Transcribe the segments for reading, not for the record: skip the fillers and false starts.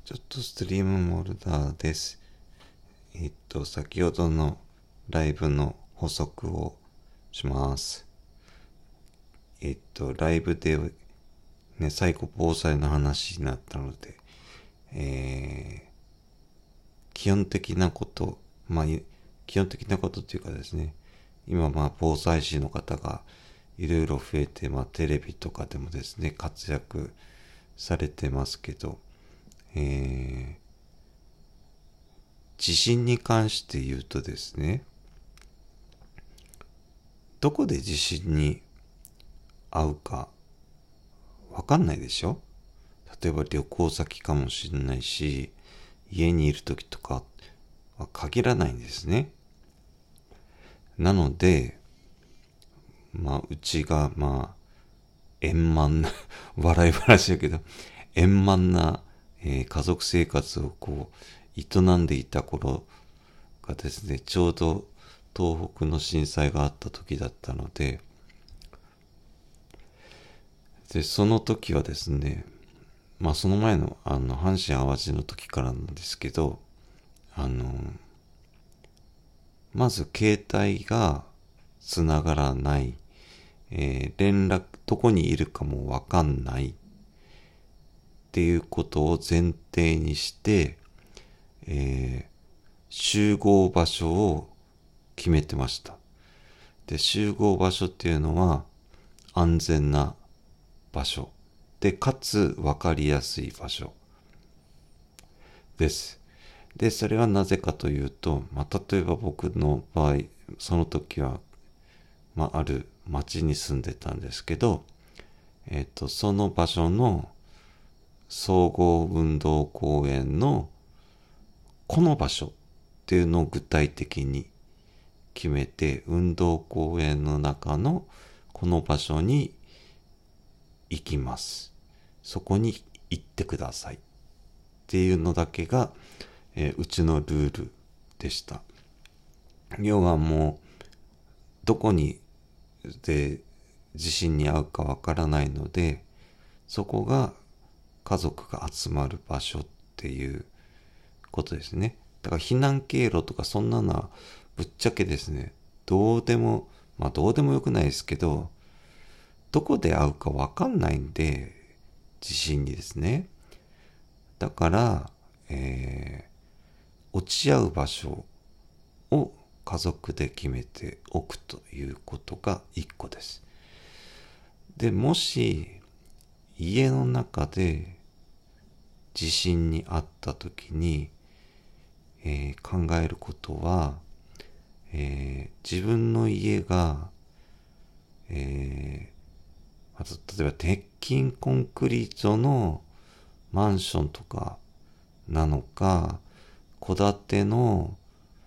ちょっとストリームモルダーです。先ほどのライブの補足をします。ライブでね、最後防災の話になったので、基本的なこと、基本的なことっていうかですね、今防災士の方がいろいろ増えて、テレビとかでもですね、活躍されてますけど、地震に関して言うとですね、どこで地震に遭うかわかんないでしょ。例えば旅行先かもしれないし、家にいる時とかは限らないんですね。なので、うちが円満な笑い話だけど、円満な、家族生活を営んでいた頃がですね、ちょうど東北の震災があった時だったので、その時はですね、その前の阪神淡路の時からなんですけど、まず携帯がつながらない、連絡どこにいるかもわかんないっていうことを前提にして、集合場所を決めてました。で、集合場所っていうのは安全な場所で、かつ分かりやすい場所です。で、それはなぜかというと、例えば僕の場合、その時は、ある町に住んでたんですけど、その場所の総合運動公園のこの場所っていうのを具体的に決めて、運動公園の中のこの場所に行きます。そこに行ってくださいっていうのだけが、うちのルールでした。要はもうどこにで地震に遭うかわからないので、そこが家族が集まる場所っていうことですね。だから避難経路とかそんなのはぶっちゃけですね、どうでもよくないですけど、どこで会うかわかんないんで、地震にですね。だから、落ち合う場所を家族で決めておくということが一個です。で、もし家の中で地震にあった時に、考えることは、自分の家が、例えば鉄筋コンクリートのマンションとかなのか、戸建ての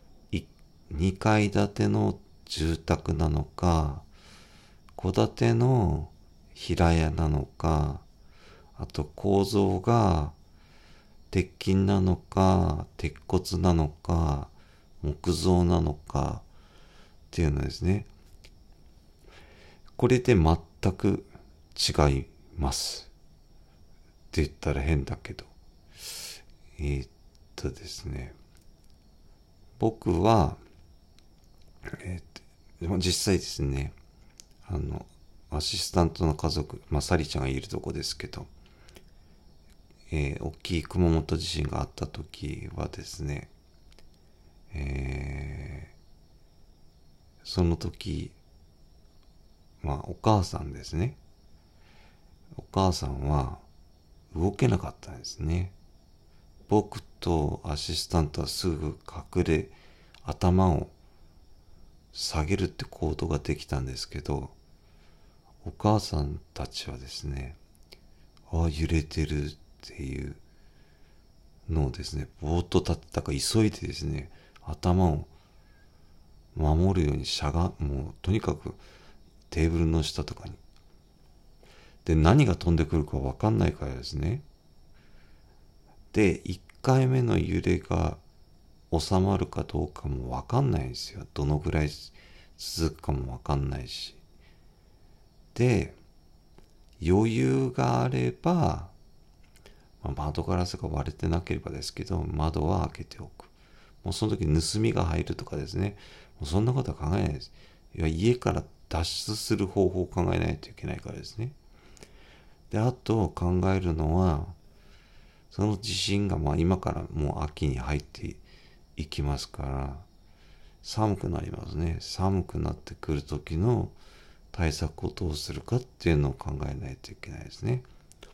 2階建ての住宅なのか、戸建ての平屋なのか、あと構造が鉄筋なのか、鉄骨なのか、木造なのかっていうのですね。これで全く違います。って言ったら変だけど。ですね。僕は、実際ですね、アシスタントの家族、サリちゃんがいるとこですけど、大きい熊本地震があった時はですね、その時、お母さんですね。お母さんは動けなかったんですね。僕とアシスタントはすぐ隠れ、頭を下げるって行動ができたんですけど、お母さんたちはですね、揺れてるっていうのをですね、ぼーっと立ってたか急いでですね、頭を守るようにもうとにかくテーブルの下とかに。で、何が飛んでくるかわかんないからですね。で、1回目の揺れが収まるかどうかもわかんないんですよ。どのぐらい続くかもわかんないし。で、余裕があれば、 窓ガラスが割れてなければですけど、窓は開けておく。もうその時盗みが入るとかですね、もうそんなことは考えないです。家から脱出する方法を考えないといけないからですね。で、あと考えるのは、その地震が今からもう秋に入っていきますから、寒くなりますね。寒くなってくる時の対策をどうするかっていうのを考えないといけないですね。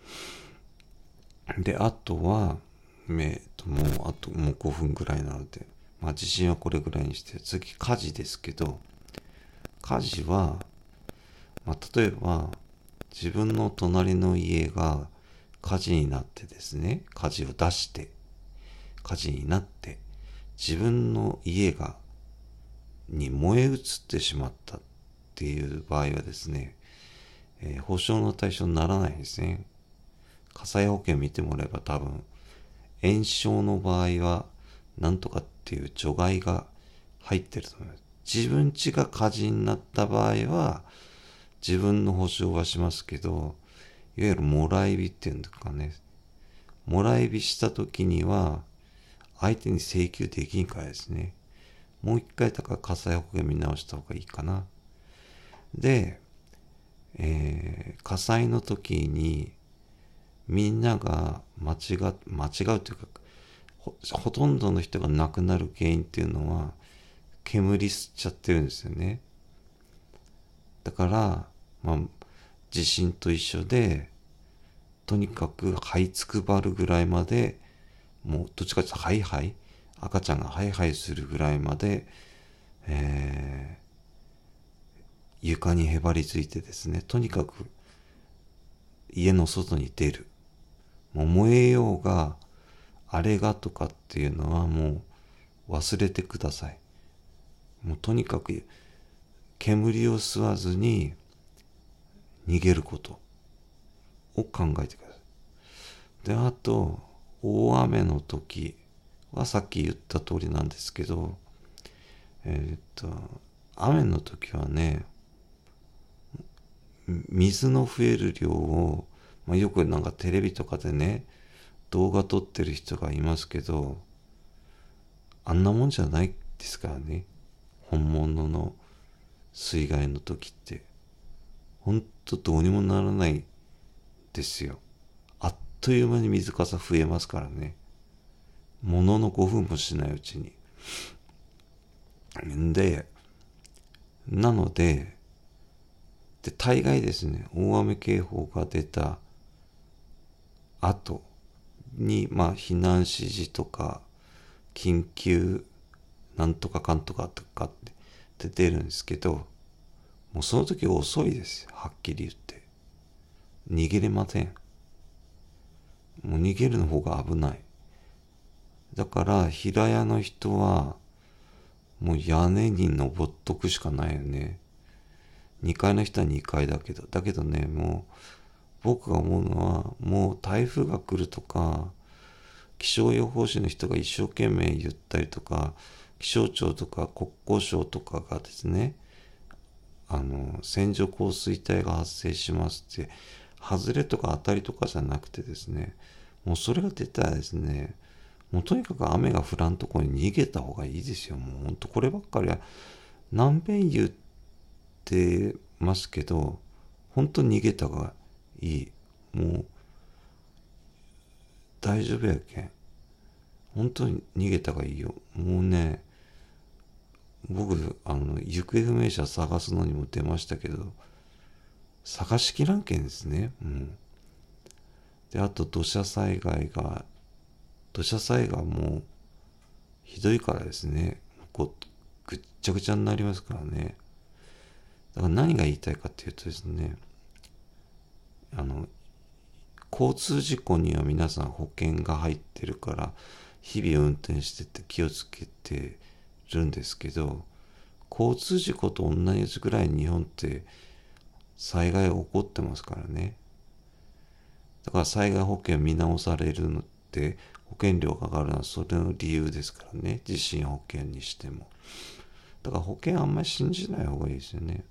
で、あとは、もう5分ぐらいなので、地震はこれぐらいにして、次火事ですけど、火事は、例えば、自分の隣の家が火事になってですね、火事を出して、火事になって、自分の家に燃え移ってしまったっていう場合はですね、保証の対象にならないんですね。火災保険見てもらえば多分、延焼の場合は、なんとかっていう除外が入ってると思います。自分家が火事になった場合は、自分の保証はしますけど、いわゆるもらい火っていうんですかね。もらい火した時には、相手に請求できんからですね。もう一回だから火災保険見直した方がいいかな。で、火災の時にみんなが間違うというか、ほとんどの人が亡くなる原因っていうのは煙吸っちゃってるんですよね。だから、地震と一緒で、とにかく這いつくばるぐらいまで、もうどっちかというとハイハイ、赤ちゃんがハイハイするぐらいまで、床にへばりついてですね、とにかく家の外に出る。もう燃えようが、あれがとかっていうのはもう忘れてください。もうとにかく煙を吸わずに逃げることを考えてください。で、あと、大雨の時はさっき言った通りなんですけど、雨の時はね、水の増える量を、よくなんかテレビとかでね、動画撮ってる人がいますけど、あんなもんじゃないですからね。本物の水害の時って。ほんとどうにもならないですよ。あっという間に水かさ増えますからね。ものの5分もしないうちに。で、なので、大概ですね、大雨警報が出た後に、避難指示とか、緊急なんとかかんとかとかって出るんですけど、もうその時遅いですよ、はっきり言って。逃げれません。もう逃げるの方が危ない。だから平屋の人はもう屋根に登っとくしかないよね。2階の人は2階だけど。だけどね、もう僕が思うのは、もう台風が来るとか、気象予報士の人が一生懸命言ったりとか、気象庁とか国交省とかがですね、線状降水帯が発生しますって、外れとか当たりとかじゃなくてですね、もうそれが出たらですね、もうとにかく雨が降らんところに逃げた方がいいですよ。もうほんとこればっかりは何遍言ってますけど、本当に逃げた方がいい。もう大丈夫やけん。本当に逃げた方がいいよ。もうね、僕、行方不明者探すのにも出ましたけど、探しきらんけんですね。で、あと土砂災害もひどいからですね。ぐっちゃぐちゃになりますからね。だから何が言いたいかっていうとですね、交通事故には皆さん保険が入ってるから、日々運転してて気をつけてるんですけど、交通事故と同じぐらい日本って災害起こってますからね。だから災害保険見直されるのって保険料が上がるのはそれの理由ですからね。地震保険にしても。だから保険あんまり信じない方がいいですよね。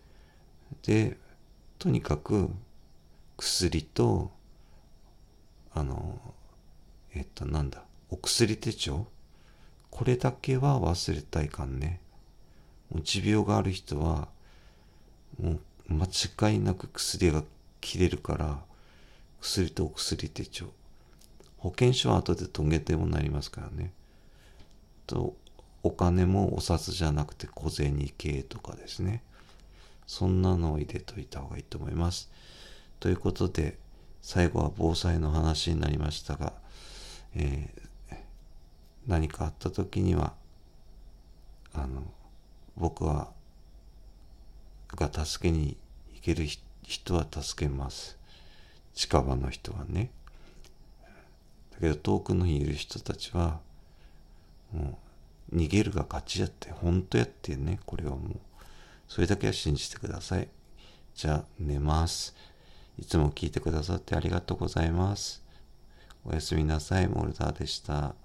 で、とにかく薬と、 なんだ、お薬手帳、これだけは忘れたいかんね。もう持病がある人はもう間違いなく薬が切れるから、薬とお薬手帳、保険証は後でとげてもなりますからね。と、お金もお札じゃなくて小銭系とかですね、そんなのを入れといた方がいいと思います。ということで、最後は防災の話になりましたが、何かあった時には僕が助けに行ける人は助けます。近場の人はね。だけど遠くのいる人たちはもう逃げるが勝ちやって、本当やってね。これはもうそれだけは信じてください。じゃあ寝ます。いつも聞いてくださってありがとうございます。おやすみなさい。モルダーでした。